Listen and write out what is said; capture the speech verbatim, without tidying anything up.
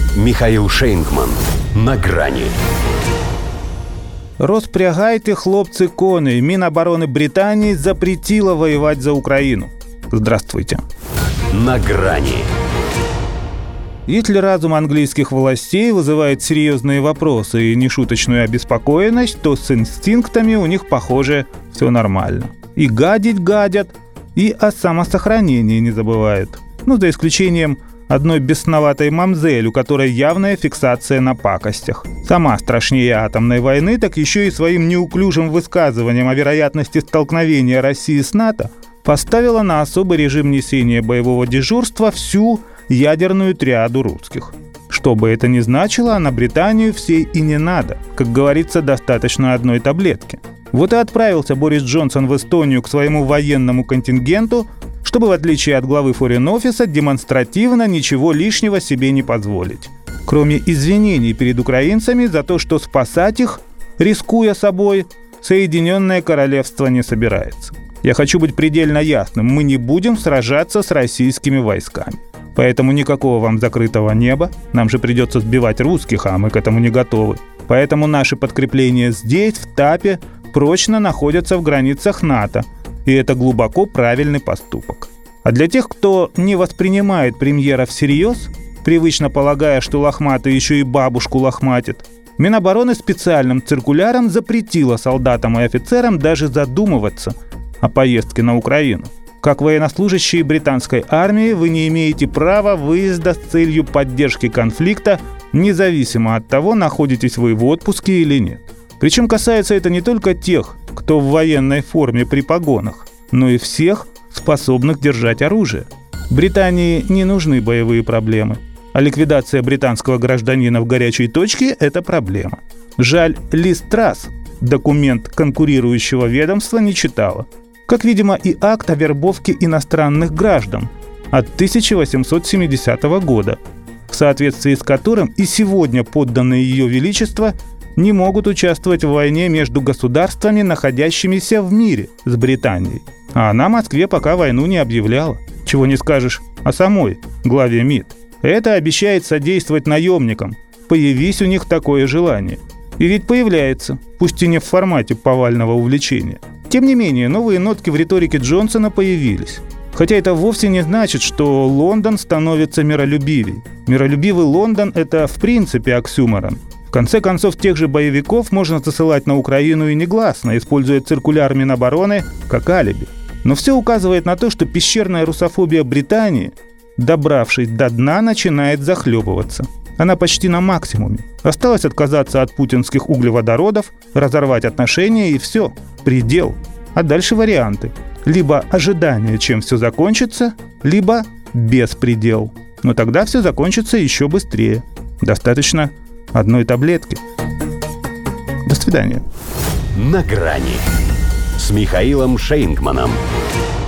Михаил Шейнгман. На грани. Розпрягайте, хлопцы, кони. Минобороны Британии запретила воевать за Украину. Здравствуйте. На грани. Если разум английских властей вызывает серьезные вопросы и нешуточную обеспокоенность, то с инстинктами у них, похоже, все нормально. И гадить гадят, и о самосохранении не забывают. Ну, за исключением одной бесноватой мамзель, у которой явная фиксация на пакостях. Сама страшнее атомной войны, так еще и своим неуклюжим высказыванием о вероятности столкновения России с НАТО поставила на особый режим несения боевого дежурства всю ядерную триаду русских. Что бы это ни значило, а на Британию всей и не надо. Как говорится, достаточно одной таблетки. Вот и отправился Борис Джонсон в Эстонию к своему военному контингенту, чтобы, в отличие от главы форин-офиса, демонстративно ничего лишнего себе не позволить. Кроме извинений перед украинцами за то, что спасать их, рискуя собой, Соединенное Королевство не собирается. Я хочу быть предельно ясным: мы не будем сражаться с российскими войсками. Поэтому никакого вам закрытого неба, нам же придется сбивать русских, а мы к этому не готовы. Поэтому наши подкрепления здесь, в Тапе, прочно находятся в границах НАТО, и это глубоко правильный поступок. А для тех, кто не воспринимает премьера всерьез, привычно полагая, что лохматый еще и бабушку лохматит, Минобороны специальным циркуляром запретила солдатам и офицерам даже задумываться о поездке на Украину. Как военнослужащие британской армии вы не имеете права выезда с целью поддержки конфликта, независимо от того, находитесь вы в отпуске или нет. Причем касается это не только тех, кто в военной форме при погонах, но и всех, способных держать оружие. Британии не нужны боевые проблемы, а ликвидация британского гражданина в горячей точке – это проблема. Жаль, Лиз Трасс документ конкурирующего ведомства не читала. Как, видимо, и акт о вербовке иностранных граждан от тысяча восемьсот семидесятого года, в соответствии с которым и сегодня подданные Ее Величества не могут участвовать в войне между государствами, находящимися в мире с Британией. А она Москве пока войну не объявляла. Чего не скажешь о самой главе МИД. Это обещает содействовать наемникам, появись у них такое желание. И ведь появляется, пусть и не в формате повального увлечения. Тем не менее, новые нотки в риторике Джонсона появились. Хотя это вовсе не значит, что Лондон становится миролюбивей. Миролюбивый Лондон – это в принципе оксюморон. В конце концов, тех же боевиков можно засылать на Украину и негласно, используя циркуляр Минобороны как алиби. Но все указывает на то, что пещерная русофобия Британии, добравшись до дна, начинает захлебываться. Она почти на максимуме. Осталось отказаться от путинских углеводородов, разорвать отношения и все. Предел. А дальше варианты. Либо ожидание, чем все закончится, либо беспредел. Но тогда все закончится еще быстрее. Достаточно одной таблетки. До свидания. На грани с Михаилом Шейнгманом.